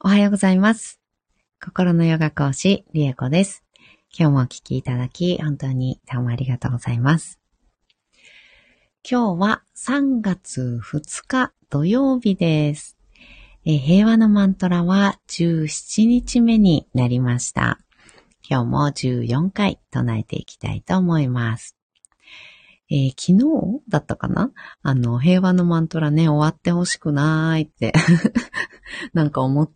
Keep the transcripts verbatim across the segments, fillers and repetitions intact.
おはようございます。心のヨガ講師、リエコです。今日もお聞きいただき、本当にどうもありがとうございます。今日はさんがつふつか土曜日です。えー、平和のマントラはじゅうしちにちめになりました。今日もじゅうよんかい唱えていきたいと思います。えー、昨日だったかなあの、平和のマントラね、終わってほしくないってなんか思って、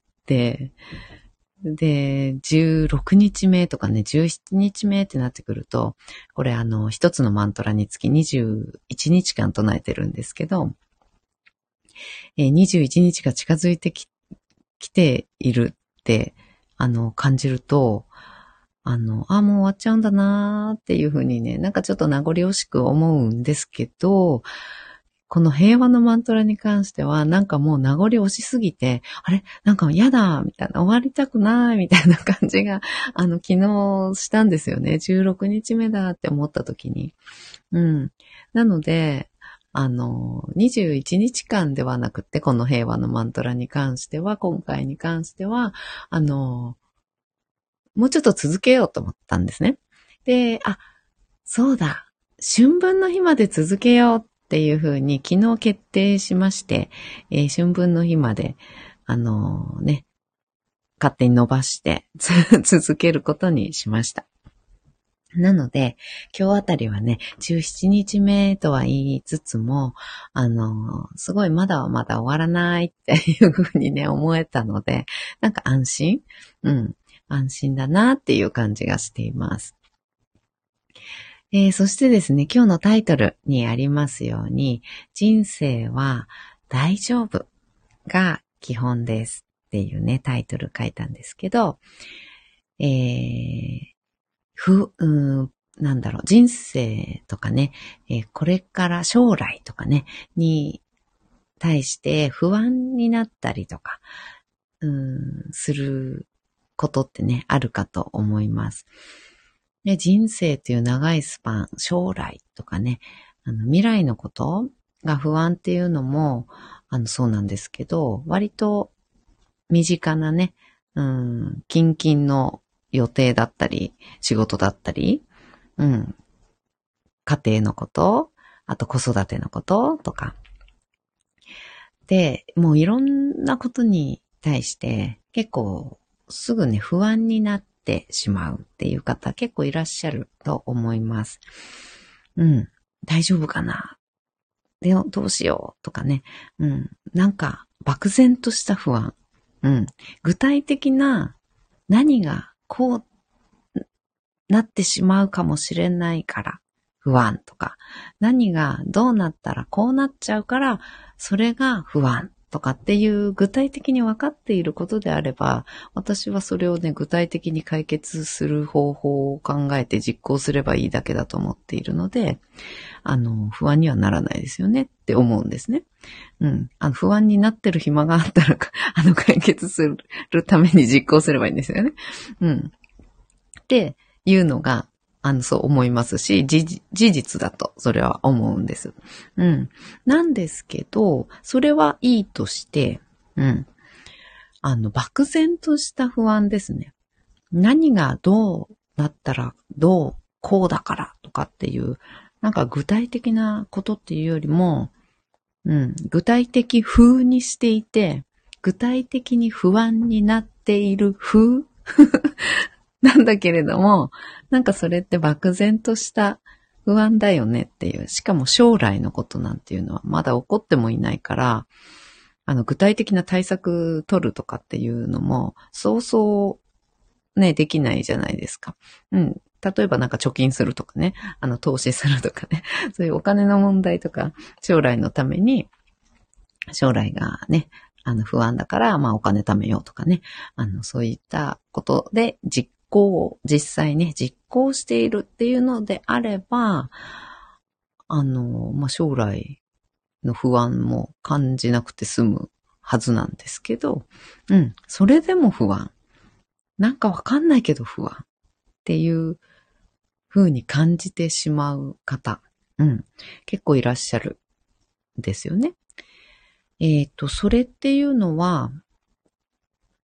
で、じゅうろくにちめとかね、じゅうしちにちめってなってくると、これあの、一つのマントラにつきにじゅういちにちかん唱えてるんですけど、えー、にじゅういちにちが近づいてき、きているって、あの、感じると、あの、あ、もう終わっちゃうんだなーっていう風にね、なんかちょっと名残惜しく思うんですけど、この平和のマントラに関しては、なんかもう名残惜しすぎて、あれなんか嫌だみたいな、終わりたくないみたいな感じが、あの、昨日したんですよね。じゅうろくにちめだって思った時に。うん。なので、あの、にじゅういちにちかんではなくて、この平和のマントラに関しては、今回に関しては、あの、もうちょっと続けようと思ったんですね。で、あ、そうだ、春分の日まで続けようっていうふうに昨日決定しまして、えー、春分の日まで、あのー、ね、勝手に伸ばして続けることにしました。なので、今日あたりはね、じゅうしちにちめとは言いつつも、あのー、すごいまだまだ終わらないっていうふうにね、思えたので、なんか安心うん、安心だなっていう感じがしています。えー、そしてですね、今日のタイトルにありますように、人生は大丈夫が基本ですっていうね、タイトル書いたんですけど、えー、ふ、うーん、なんだろう、人生とかね、えー、これから将来とかね、に対して不安になったりとか、うーん、することってね、あるかと思います。で、人生っていう長いスパン、将来とかね、あの未来のことが不安っていうのも、あの、そうなんですけど、割と身近なね、うん、近々の予定だったり、仕事だったり、うん、家庭のこと、あと子育てのこととか。で、もういろんなことに対して結構すぐね、不安になってしまうっていう方結構いらっしゃると思います。うん。大丈夫かなで、どうしようとかね。うん。なんか漠然とした不安。うん。具体的な何がこうなってしまうかもしれないから不安とか、何がどうなったらこうなっちゃうからそれが不安とかっていう具体的に分かっていることであれば、私はそれをね、具体的に解決する方法を考えて実行すればいいだけだと思っているので、あの、不安にはならないですよねって思うんですね。うん。あの、不安になってる暇があったら、あの、解決するために実行すればいいんですよね。うん。っていうのが、あの、そう思いますし、事実だと、それは思うんです。うん。なんですけど、それはいいとして、うん。あの、漠然とした不安ですね。何がどうなったら、どう、こうだからとかっていう、なんか具体的なことっていうよりも、うん、具体的風にしていて、具体的に不安になっている風なんだけれども、なんかそれって漠然とした不安だよねっていう、しかも将来のことなんていうのはまだ起こってもいないから、あの具体的な対策取るとかっていうのも、そうそうね、できないじゃないですか。うん。例えばなんか貯金するとかね、あの投資するとかね、そういうお金の問題とか、将来のために、将来がね、あの不安だから、まあお金貯めようとかね、あのそういったことで実行、実際ね、実行しているっていうのであれば、あの、まあ将来の不安も感じなくて済むはずなんですけど、うん、それでも不安。なんかわかんないけど不安っていう風に感じてしまう方、うん、結構いらっしゃるんですよね。えっと、それっていうのは、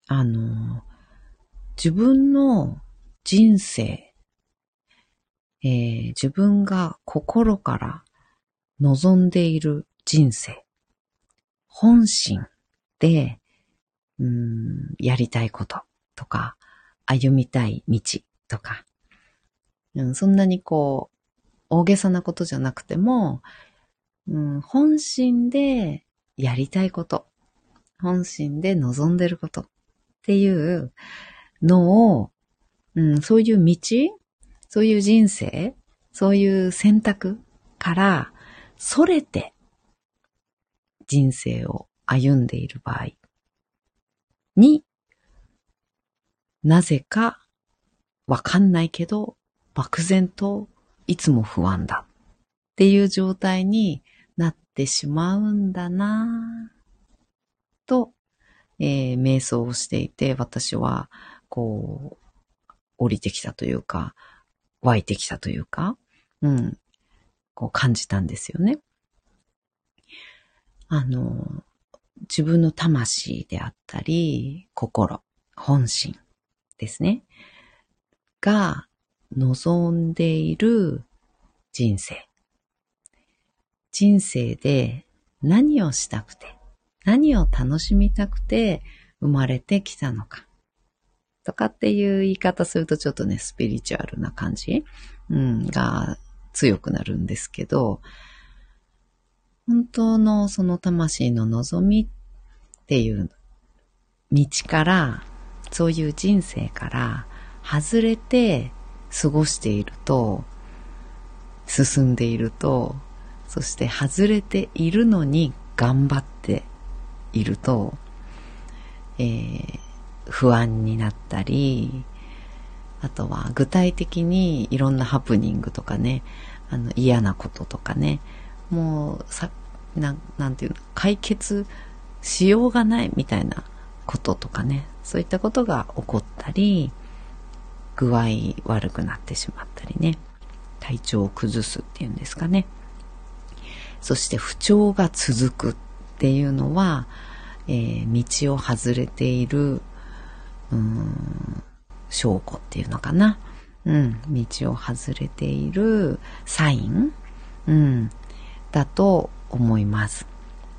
あの、自分の人生、えー、自分が心から望んでいる人生、本心で、うーん、やりたいこととか、歩みたい道とか、うん、そんなにこう、大げさなことじゃなくても、うん、本心でやりたいこと、本心で望んでることっていうのを、うん、そういう道、そういう人生、そういう選択からそれて人生を歩んでいる場合に、なぜかわかんないけど、漠然といつも不安だっていう状態になってしまうんだなぁと、えー、瞑想をしていて、私はこう降りてきたというか、湧いてきたというか、うん、こう感じたんですよね。あの、自分の魂であったり、心、本心ですね。が望んでいる人生。人生で何をしたくて、何を楽しみたくて生まれてきたのか。とかっていう言い方するとちょっとね、スピリチュアルな感じ、うん、が強くなるんですけど、本当のその魂の望みっていう道から、そういう人生から外れて過ごしていると、進んでいると、そして外れているのに頑張っていると、えー、不安になったり、あとは具体的にいろんなハプニングとかね、あの嫌なこととかね、もうさな、なんていうの、解決しようがないみたいなこととかね、そういったことが起こったり、具合悪くなってしまったりね、体調を崩すっていうんですかね。そして不調が続くっていうのは、えー、道を外れている、うーん、証拠っていうのかな。うん、道を外れているサイン、うん、だと思います。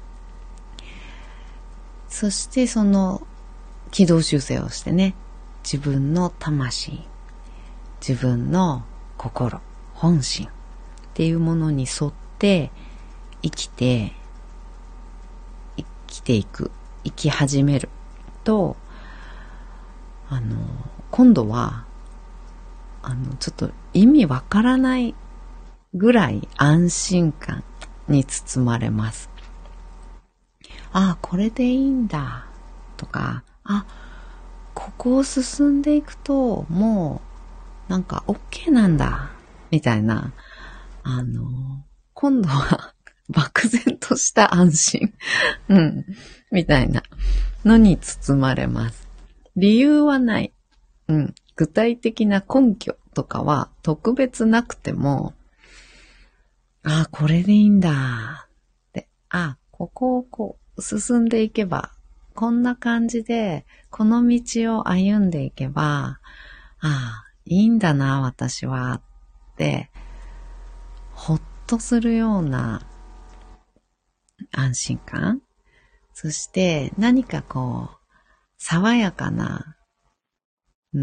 そしてその軌道修正をしてね、自分の魂、自分の心、本心っていうものに沿って生きて、生きていく、生き始めると、あの、今度は、あの、ちょっと意味わからないぐらい安心感に包まれます。ああ、これでいいんだ、とか、あ、ここを進んでいくと、もう、なんか OK なんだ、みたいな、あの、今度は漠然とした安心、うん、みたいなのに包まれます。理由はない。うん、具体的な根拠とかは特別なくても、ああ、これでいいんだ、って、ああ、ここをこう進んでいけば、こんな感じで、この道を歩んでいけば、ああ、いいんだな、私は、って、ほっとするような安心感。そして何かこう、爽やかな、うん、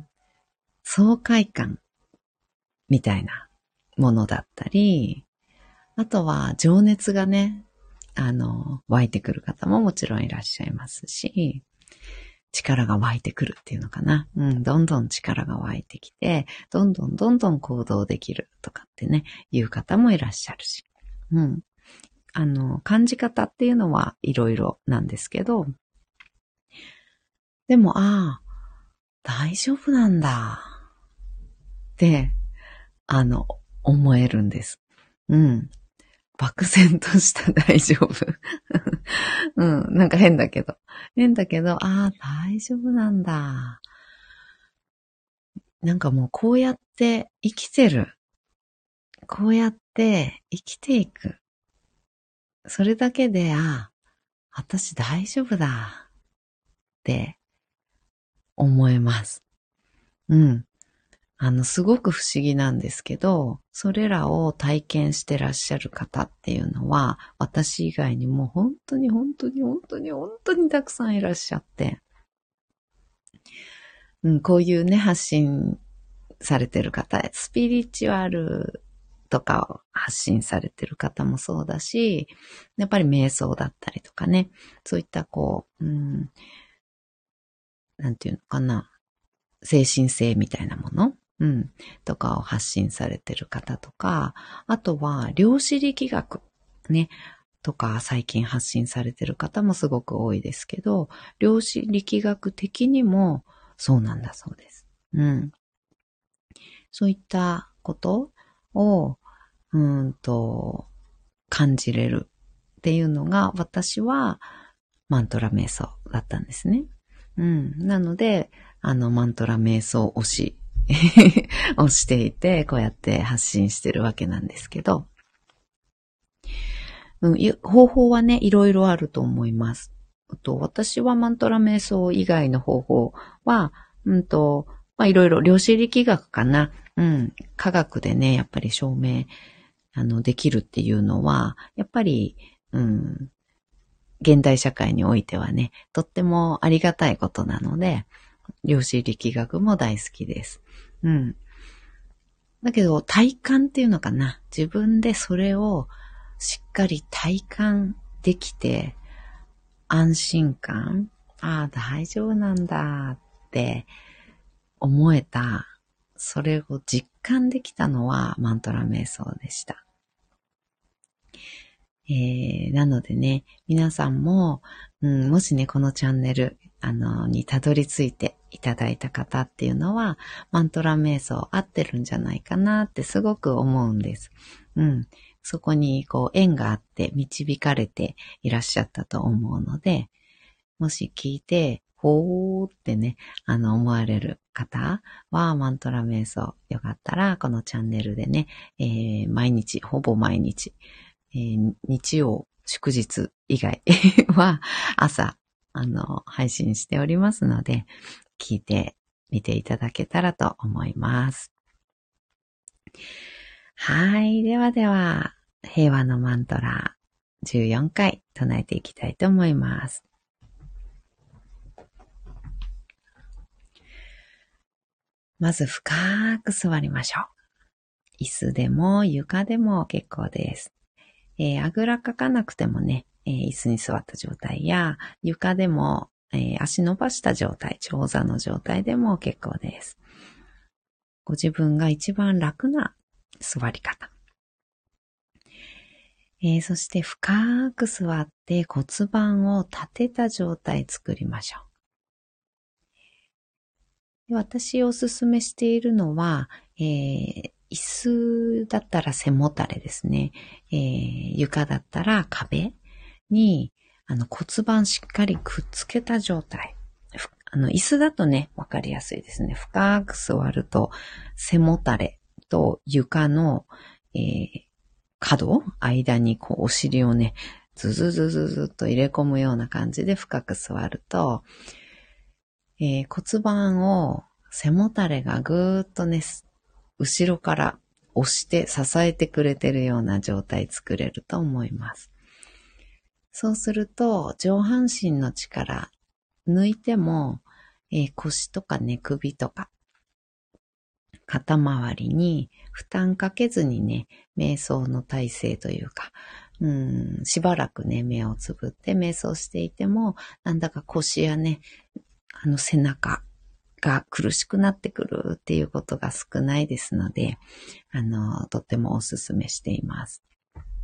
爽快感みたいなものだったり、あとは情熱がね、あの、湧いてくる方ももちろんいらっしゃいますし、力が湧いてくるっていうのかな。うん、どんどん力が湧いてきて、どんどんどんどん行動できるとかってね、いう方もいらっしゃるし。うん。あの、感じ方っていうのはいろいろなんですけど、でも、ああ、大丈夫なんだって、あの、思えるんです。うん。漠然とした大丈夫。うん。なんか変だけど。変だけど、ああ、大丈夫なんだ。なんかもうこうやって生きてる。こうやって生きていく。それだけで、ああ、私大丈夫だって思えます。うん。あの、すごく不思議なんですけど、それらを体験してらっしゃる方っていうのは、私以外にも本当に本当に本当に本当にたくさんいらっしゃって、うん、こういうね、発信されてる方、スピリチュアルとかを発信されてる方もそうだし、やっぱり瞑想だったりとかね、そういったこう、うん、なんていうのかな、精神性みたいなもの、うん、とかを発信されてる方とか、あとは量子力学、ね、とか最近発信されてる方もすごく多いですけど、量子力学的にもそうなんだそうです。うん。そういったことを、うーんと、感じれるっていうのが、私はマントラ瞑想だったんですね。うん。なので、あの、マントラ瞑想推しをしていて、こうやって発信してるわけなんですけど、うん、方法はね、いろいろあると思います。と私はマントラ瞑想以外の方法は、うんと、まあ、いろいろ量子力学かな。うん。科学でね、やっぱり証明、あの、できるっていうのは、やっぱり、うん、現代社会においてはね、とってもありがたいことなので、量子力学も大好きです。うん。だけど、体感っていうのかな。自分でそれをしっかり体感できて、安心感、ああ、大丈夫なんだって思えた、それを実感できたのはマントラ瞑想でした。えー、なのでね、皆さんも、うん、もしね、このチャンネル、あの、にたどり着いていただいた方っていうのは、マントラ瞑想合ってるんじゃないかなってすごく思うんです。うん。そこに、こう、縁があって導かれていらっしゃったと思うので、もし聞いて、ほーってね、あの、思われる方は、マントラ瞑想、よかったら、このチャンネルでね、えー、毎日、ほぼ毎日、えー、日曜、祝日以外は、朝、あの、配信しておりますので、聞いてみていただけたらと思います。はい。ではでは、平和のマントラじゅうよんかい唱えていきたいと思います。まず深く座りましょう。椅子でも床でも結構です。えー、あぐらかかなくてもね、えー、椅子に座った状態や床でも、えー、足伸ばした状態、長座の状態でも結構です。ご自分が一番楽な座り方。えー、そして深く座って骨盤を立てた状態作りましょう。私おすすめしているのは、えー、椅子だったら背もたれですね。えー、床だったら壁にあの骨盤しっかりくっつけた状態。あの椅子だとね、わかりやすいですね。深く座ると背もたれと床の、えー、角間にこうお尻をね、ズズズズズっと入れ込むような感じで深く座ると、えー、骨盤を背もたれがぐーっとね、後ろから押して支えてくれてるような状態作れると思います。そうすると上半身の力抜いても、えー、腰とかね、首とか肩周りに負担かけずにね、瞑想の体勢というか、うん、しばらくね、目をつぶって瞑想していても、なんだか腰やね、あの背中が苦しくなってくるっていうことが少ないですので、あの、とってもお勧めしています。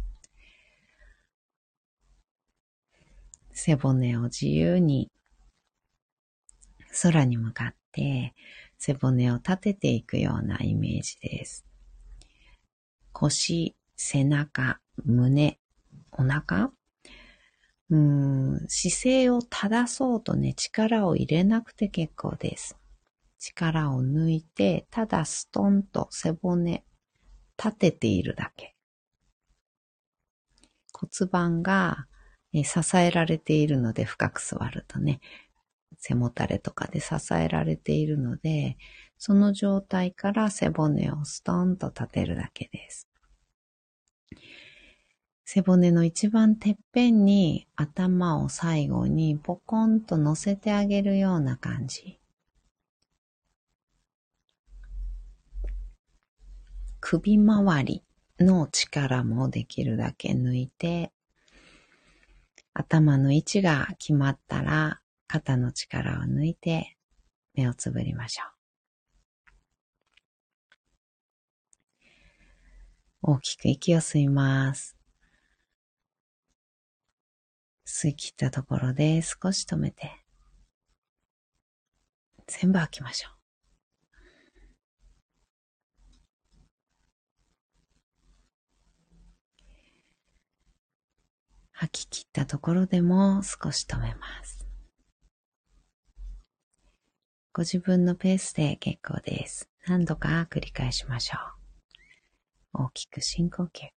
背骨を自由に空に向かって背骨を立てていくようなイメージです。腰、背中、胸、お腹、うーん、姿勢を正そうとね、力を入れなくて結構です。力を抜いて、ただストンと背骨、立てているだけ。骨盤が支えられているので深く座るとね、 背もたれとかで支えられているので、その状態から背骨をストンと立てるだけです。背骨の一番てっぺんに頭を最後にポコンと乗せてあげるような感じ。首周りの力もできるだけ抜いて、頭の位置が決まったら肩の力を抜いて目をつぶりましょう。大きく息を吸います。吸い切ったところで少し止めて、全部吐きましょう。吐き切ったところでも少し止めます。ご自分のペースで結構です。何度か繰り返しましょう。大きく深呼吸。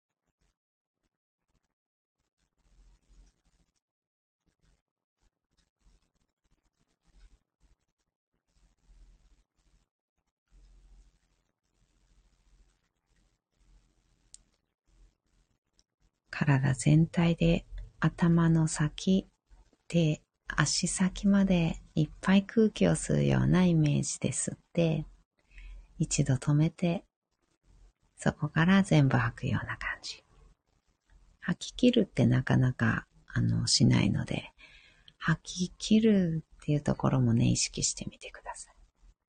体全体で頭の先で足先までいっぱい空気を吸うようなイメージで吸って、一度止めて、そこから全部吐くような感じ。吐き切るってなかなかあのしないので、吐き切るっていうところもね、意識してみてください。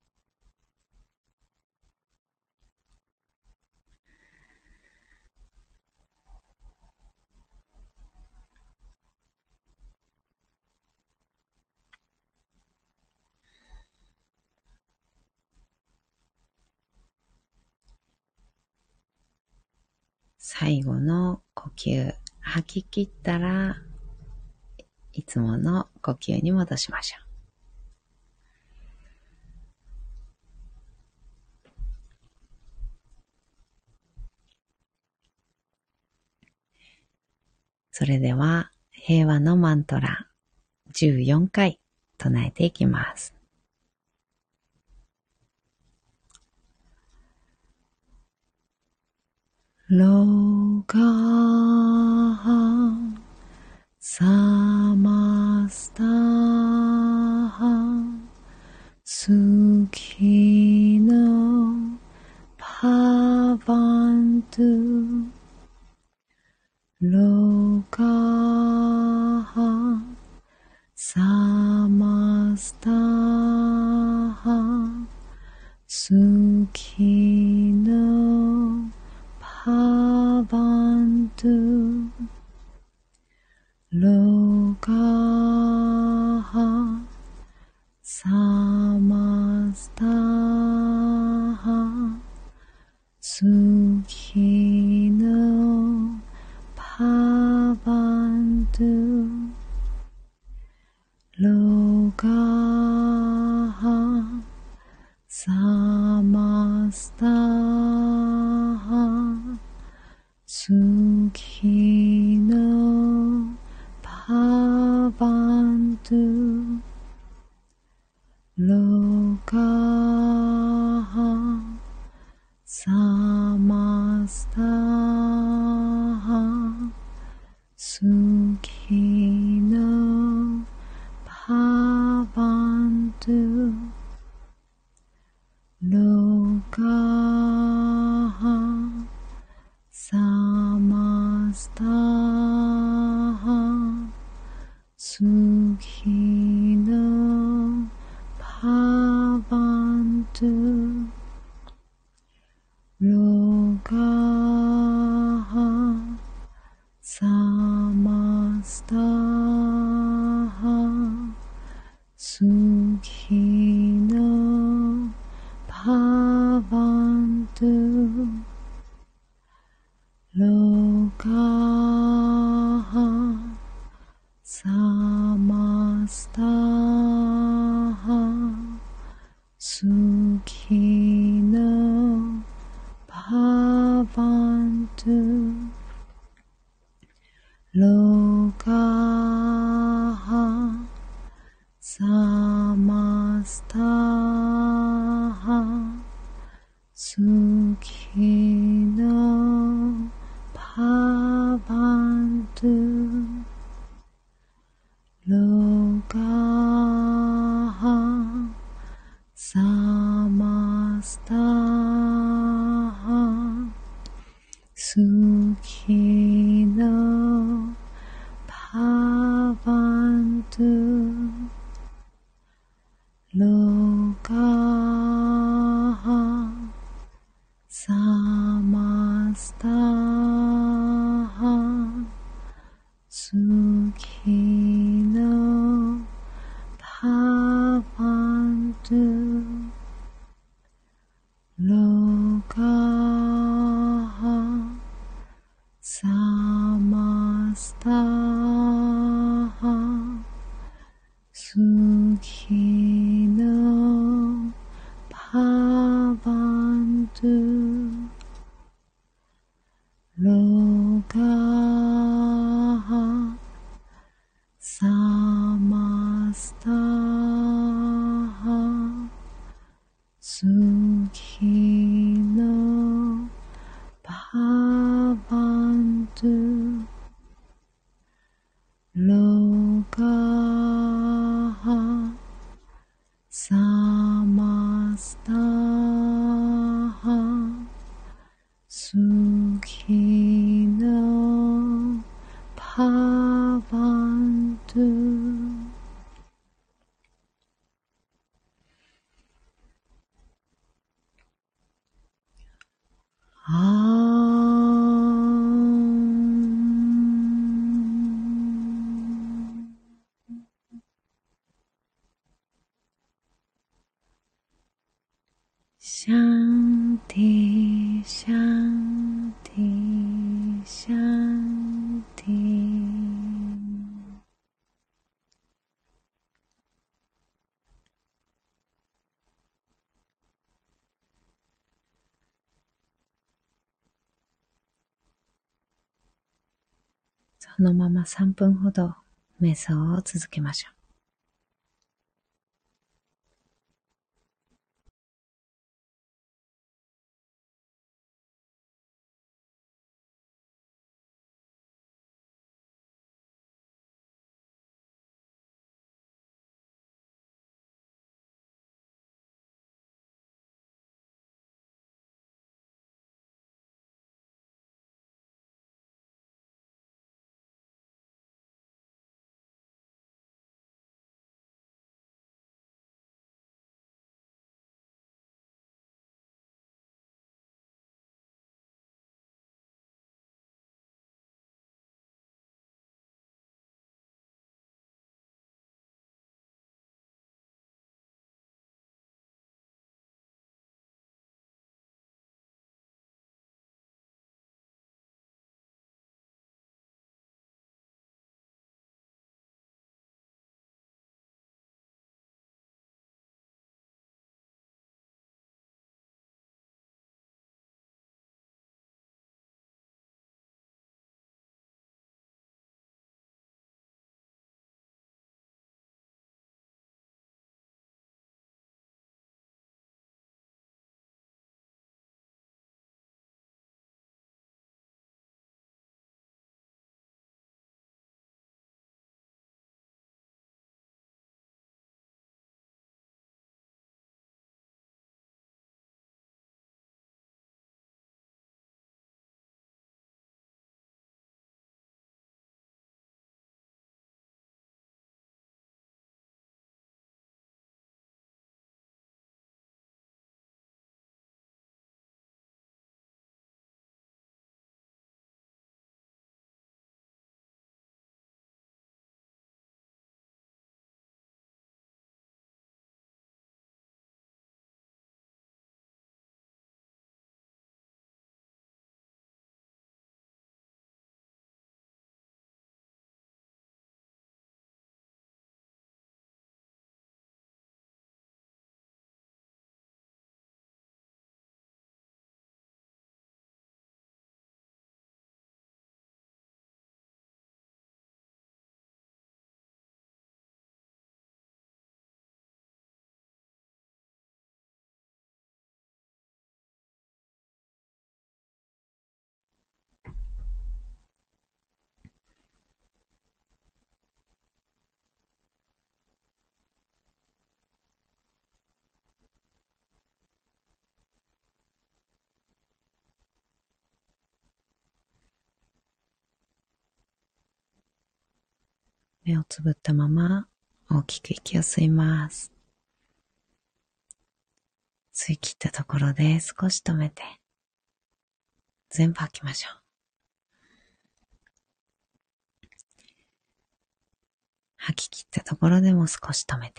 最後の呼吸、吐き切ったらいつもの呼吸に戻しましょう。それでは平和のマントラじゅうよんかい唱えていきます。ロガハサマスタハスキノパバントゥロガハサマスタハスキノパバントゥロガハサマスタハスキノパバントゥロガハサマスタハスキノパバントゥロガハサマスタハスキノパバントゥロガハサマスタハスキノパバントゥロガハサマスタハスキノパバントゥロガハサマスタハスキノパバントゥロガハサ Samasta Sukhino Bhavantu Lokaha Samasta Sukhino Bhavantu Lokaha Samasta Sukhino Bhavantu Lokaha Samasta Sukhino Bhavantu Lokaha Samasta Sukhino Bhavantu Lokaha Samasta Sukhino Bhavantu Shanti, Shanti, Shanti. そのままさんぷんほど瞑想を続けましょう。 目をつぶったまま大きく息を吸います。吸い切ったところで少し止めて、全部吐きましょう。吐き切ったところでも少し止めて、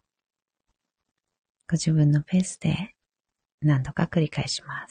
ご自分のペースで何度か繰り返します。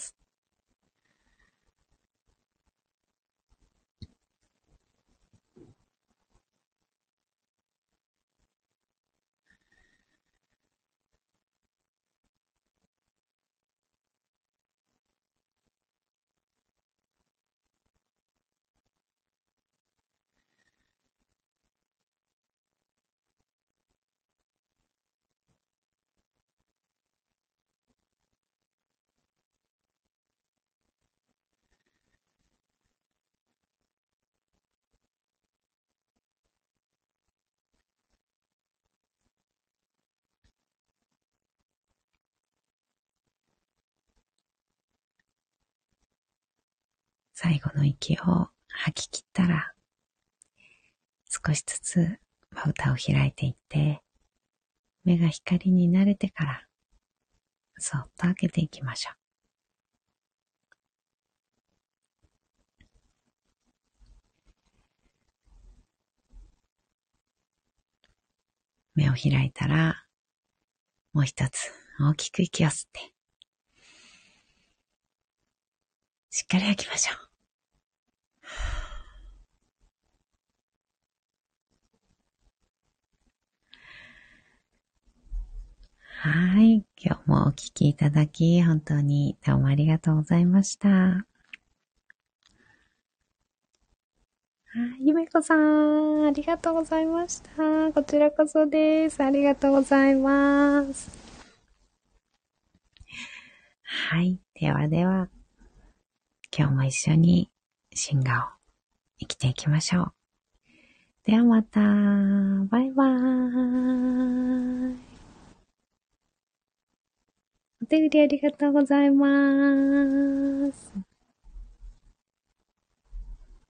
最後の息を吐き切ったら、少しずつまぶたを開いていって、目が光に慣れてから、そっと開けていきましょう。目を開いたら、もう一つ大きく息を吸って、しっかり吐きましょう。はい。今日もお聞きいただき、本当にどうもありがとうございました。はい。ゆめこさん、ありがとうございました。こちらこそです。ありがとうございます。はい。ではでは、今日も一緒にシンガを生きていきましょう。ではまた。バイバーイ。お手振りありがとうございます。